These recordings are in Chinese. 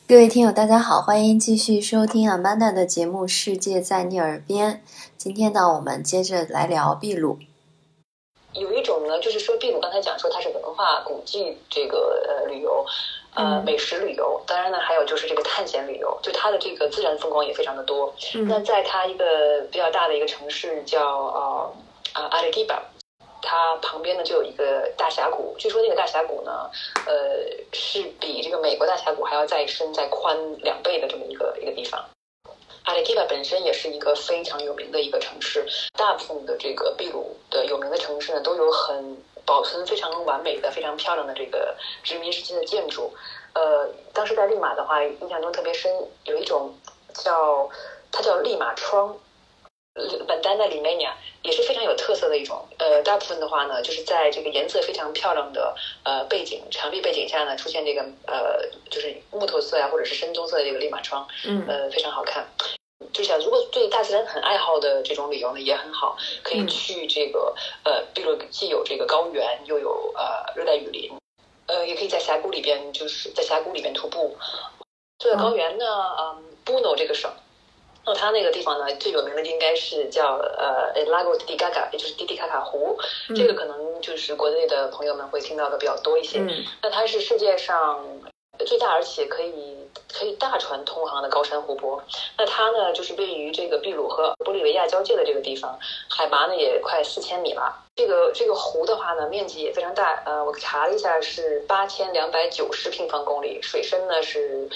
各位听友，大家好，欢迎继续收听阿曼达的节目《世界在你耳边》。今天呢，我们接着来聊秘鲁。 有一种呢，就是说秘鲁刚才讲说它是文化古迹这个旅游，美食旅游，当然呢还有就是这个探险旅游，就它的这个自然风光也非常的多。那在它一个比较大的一个城市叫阿雷蒂巴。它旁边呢就有一个大峡谷，据说那个大峡谷呢，是比这个美国大峡谷还要再深再宽2倍的这么一个地方。阿雷蒂巴本身也是一个非常有名的一个城市，大部分的这个秘鲁的有名的城市呢，都有很保存非常完美的、非常漂亮的这个殖民时期的建筑。当时在利马的话，印象中特别深，有一种它叫利马窗。本丹在里面呀，也是非常有特色的一种。大部分的话呢，就是在这个颜色非常漂亮的背景墙壁背景下呢，出现这个就是木头色呀，或者是深棕色的这个利马窗，非常好看。就想如果对大自然很爱好的这种旅游呢，也很好，可以去这个秘鲁既有这个高原，又有热带雨林，也可以在峡谷里边，就是在峡谷里边徒步。这个高原呢，布诺这个省。那它那个地方呢，最有名的应该是叫Lago Titicaca， 也就是蒂蒂卡卡湖。这个可能就是国内的朋友们会听到的比较多一些。那它是世界上最大而且可以大船通航的高山湖泊。那它呢，就是位于这个秘鲁和玻利维亚交界的这个地方，海拔呢也快4000米了。这个湖的话呢，面积也非常大，我查了一下是8290平方公里，水深呢是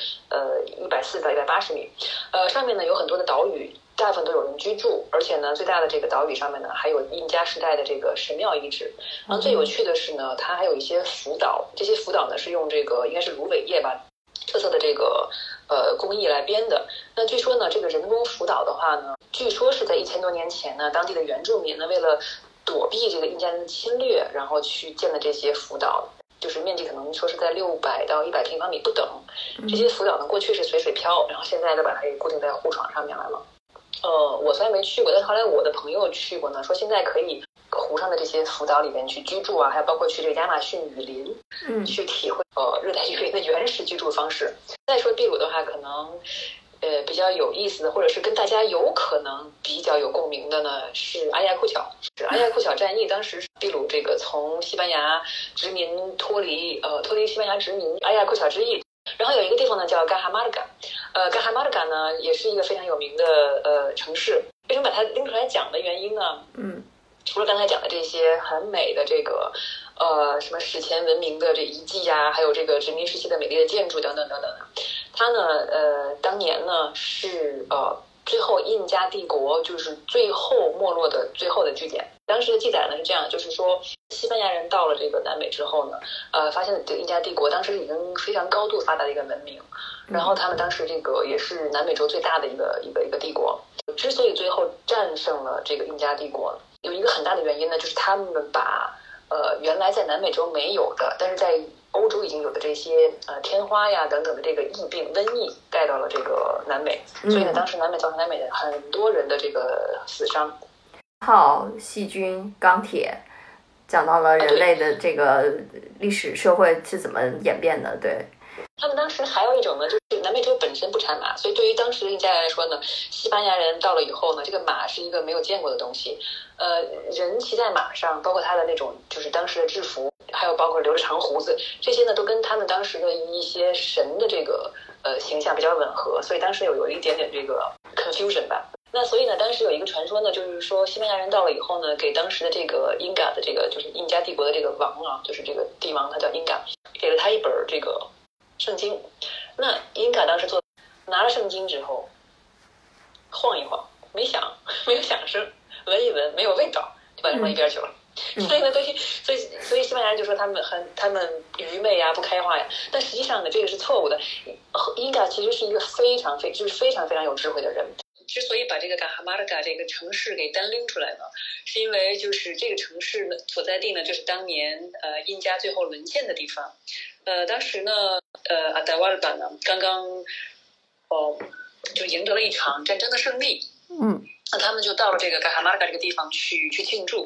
140到180米，上面呢有很多的岛屿，大部分都有人居住，而且呢最大的这个岛屿上面呢还有印加时代的这个神庙遗址。然后最有趣的是呢，它还有一些浮岛，这些浮岛呢是用这个应该是芦苇叶吧特色的这个工艺来编的。那据说呢，这个人工浮岛的话呢，据说是在1000多年前呢，当地的原住民呢为了躲避这个印加人的侵略，然后去建的这些浮岛，就是面积可能说是在600到100平方米不等。这些浮岛呢，过去是随水漂，然后现在都把它给固定在护床上面来了。我虽然没去过，但是后来我的朋友去过呢，说现在可以湖上的这些浮岛里面去居住啊，还有包括去这个亚马逊雨林，去体会热带雨林的原始居住方式。再说秘鲁的话，可能比较有意思的，或者是跟大家有可能比较有共鸣的呢，是阿亚库巧。阿亚库巧战役，当时是秘鲁这个从西班牙殖民脱离西班牙殖民，阿亚库巧之役。然后有一个地方呢叫嘎哈马尔嘎，嘎哈马尔嘎呢也是一个非常有名的城市。为什么把它拎出来讲的原因呢？除了刚才讲的这些很美的这个什么史前文明的这遗迹呀，还有这个殖民时期的美丽的建筑等等等等，它呢当年呢是最后印加帝国就是最后没落的最后的据点。当时的记载呢是这样，就是说西班牙人到了这个南美之后呢，发现这个印加帝国当时已经非常高度发达的一个文明，然后他们当时这个也是南美洲最大的一个帝国。之所以最后战胜了这个印加帝国，有一个很大的原因呢，就是他们把原来在南美洲没有的，但是在欧洲已经有的这些天花呀等等的这个疫病瘟疫带到了这个南美，所以呢，当时造成南美的很多人的这个死伤。 细菌、钢铁，讲到了人类的这个历史社会是怎么演变的。对， 他们当时还有一种呢，就是南美洲本身不产马，所以对于当时的印加人来说呢，西班牙人到了以后呢，这个马是一个没有见过的东西。人骑在马上，包括他的那种就是当时的制服，还有包括留着长胡子，这些呢都跟他们当时的一些神的这个形象比较吻合，所以当时有一点点这个 confusion 吧。那所以呢，当时有一个传说呢，就是说西班牙人到了以后呢，给当时的这个英嘎的这个就是印加帝国的这个王啊，就是这个帝王，他叫英嘎，给了他一本这个圣经。那英嘎当时拿了圣经之后，晃一晃，没有响声，闻一闻没有味道，就把它放一边去了。所以呢，所以西班牙人就说他们愚昧呀、不开化呀。但实际上呢，这个是错误的。英嘎其实是一个非常非常有智慧的人。之所以把这个嘎哈马尔嘎这个城市给单拎出来呢，是因为就是这个城市呢所在地呢，就是当年印加最后沦陷的地方。当时呢阿达瓦尔巴呢刚刚就赢得了一场战争的胜利。那他们就到了这个嘎哈马尔嘎这个地方去庆祝。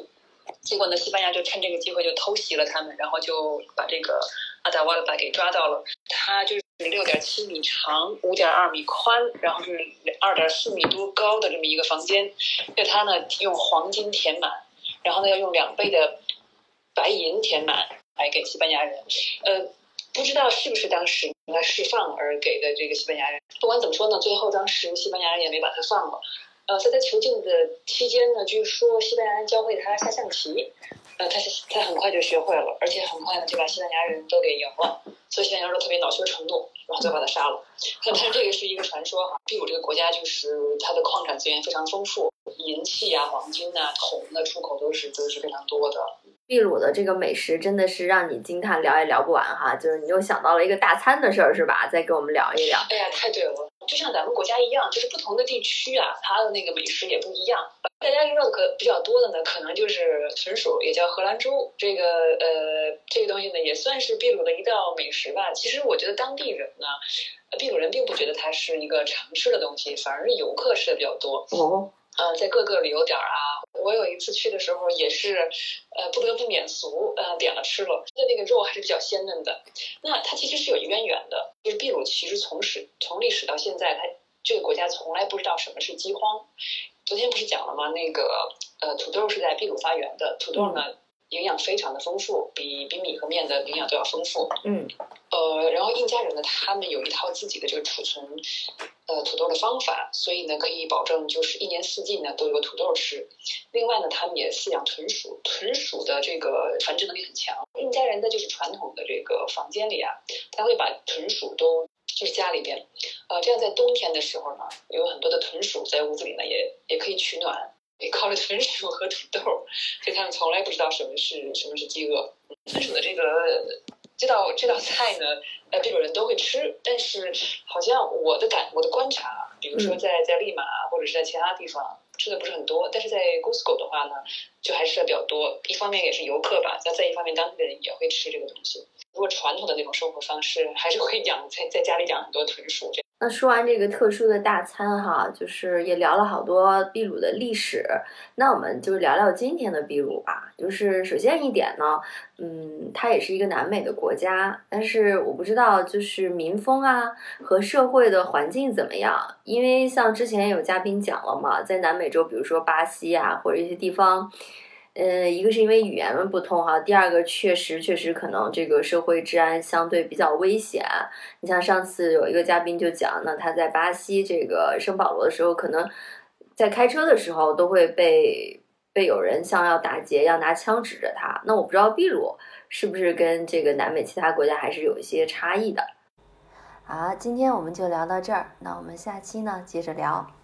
结果呢，西班牙就趁这个机会就偷袭了他们，然后就把这个阿达瓦勒巴给抓到了。他就是6.7米长，5.2米宽，然后是2.4米多高的这么一个房间。对他呢用黄金填满，然后呢要用2倍的白银填满来给西班牙人。不知道是不是当时他释放而给的这个西班牙人。不管怎么说呢，最后当时西班牙人也没把他放了。在他囚禁的期间呢，据说西班牙人教会他下象棋，他很快就学会了，而且很快呢就把西班牙人都给赢了，所以西班牙人都特别恼羞成怒，然后就把他杀了。但是这个是一个传说哈，秘鲁这个国家就是它的矿产资源非常丰富，银器啊、黄金啊、铜的出口都是非常多的。 秘鲁的这个美食真的是让你惊叹，聊也聊不完哈。就是你又想到了一个大餐的事儿是吧？再跟我们聊一聊。 哎呀，太对了，就像咱们国家一样，就是不同的地区啊，它的那个美食也不一样。大家知道的比较多的呢，可能就是豚鼠，也叫荷兰猪。这个东西呢，也算是秘鲁的一道美食吧。其实我觉得当地人呢，秘鲁人并不觉得它是一个常吃的东西，反而是游客吃的比较多。在各个旅游点啊，我有一次去的时候也是，不得不免俗，点了吃了，它的那个肉还是比较鲜嫩的。那它其实是有渊源的，就是秘鲁其实从历史到现在，它这个国家从来不知道什么是饥荒。昨天不是讲了吗？那个土豆是在秘鲁发源的，土豆呢营养非常的丰富，比米和面的营养都要丰富。然后印加人呢，他们有一套自己的这个储存土豆的方法，所以呢可以保证就是1年4季呢都有土豆吃。另外呢，他们也饲养豚鼠，豚鼠的这个繁殖能力很强。印加人的就是传统的这个房间里啊，他会把豚鼠都就是家里边，这样在冬天的时候呢，有很多的豚鼠在屋子里呢也可以取暖。也靠着豚鼠和土豆，所以他们从来不知道什么是饥饿。豚鼠的这道菜呢，秘鲁人都会吃，但是好像我的观察，比如说在利马或者是在其他地方吃的不是很多，但是在 Cusco 的话呢，就还吃的比较多。一方面也是游客吧，再一方面当地的人也会吃这个东西。如果传统的那种生活方式，还是会在家里养很多豚鼠。 那说完这个特殊的大餐哈，就是也聊了好多秘鲁的历史，那我们就聊聊今天的秘鲁吧。就是首先一点呢，它也是一个南美的国家，但是我不知道就是民风啊和社会的环境怎么样，因为像之前有嘉宾讲了嘛，在南美洲，比如说巴西啊或者一些地方。一个是因为语言不通哈，第二个确实可能这个社会治安相对比较危险。你像上次有一个嘉宾就讲呢，他在巴西这个圣保罗的时候，可能在开车的时候都会被有人像要打劫，要拿枪指着他。那我不知道秘鲁是不是跟这个南美其他国家还是有一些差异的。好，今天我们就聊到这儿，那我们下期呢接着聊。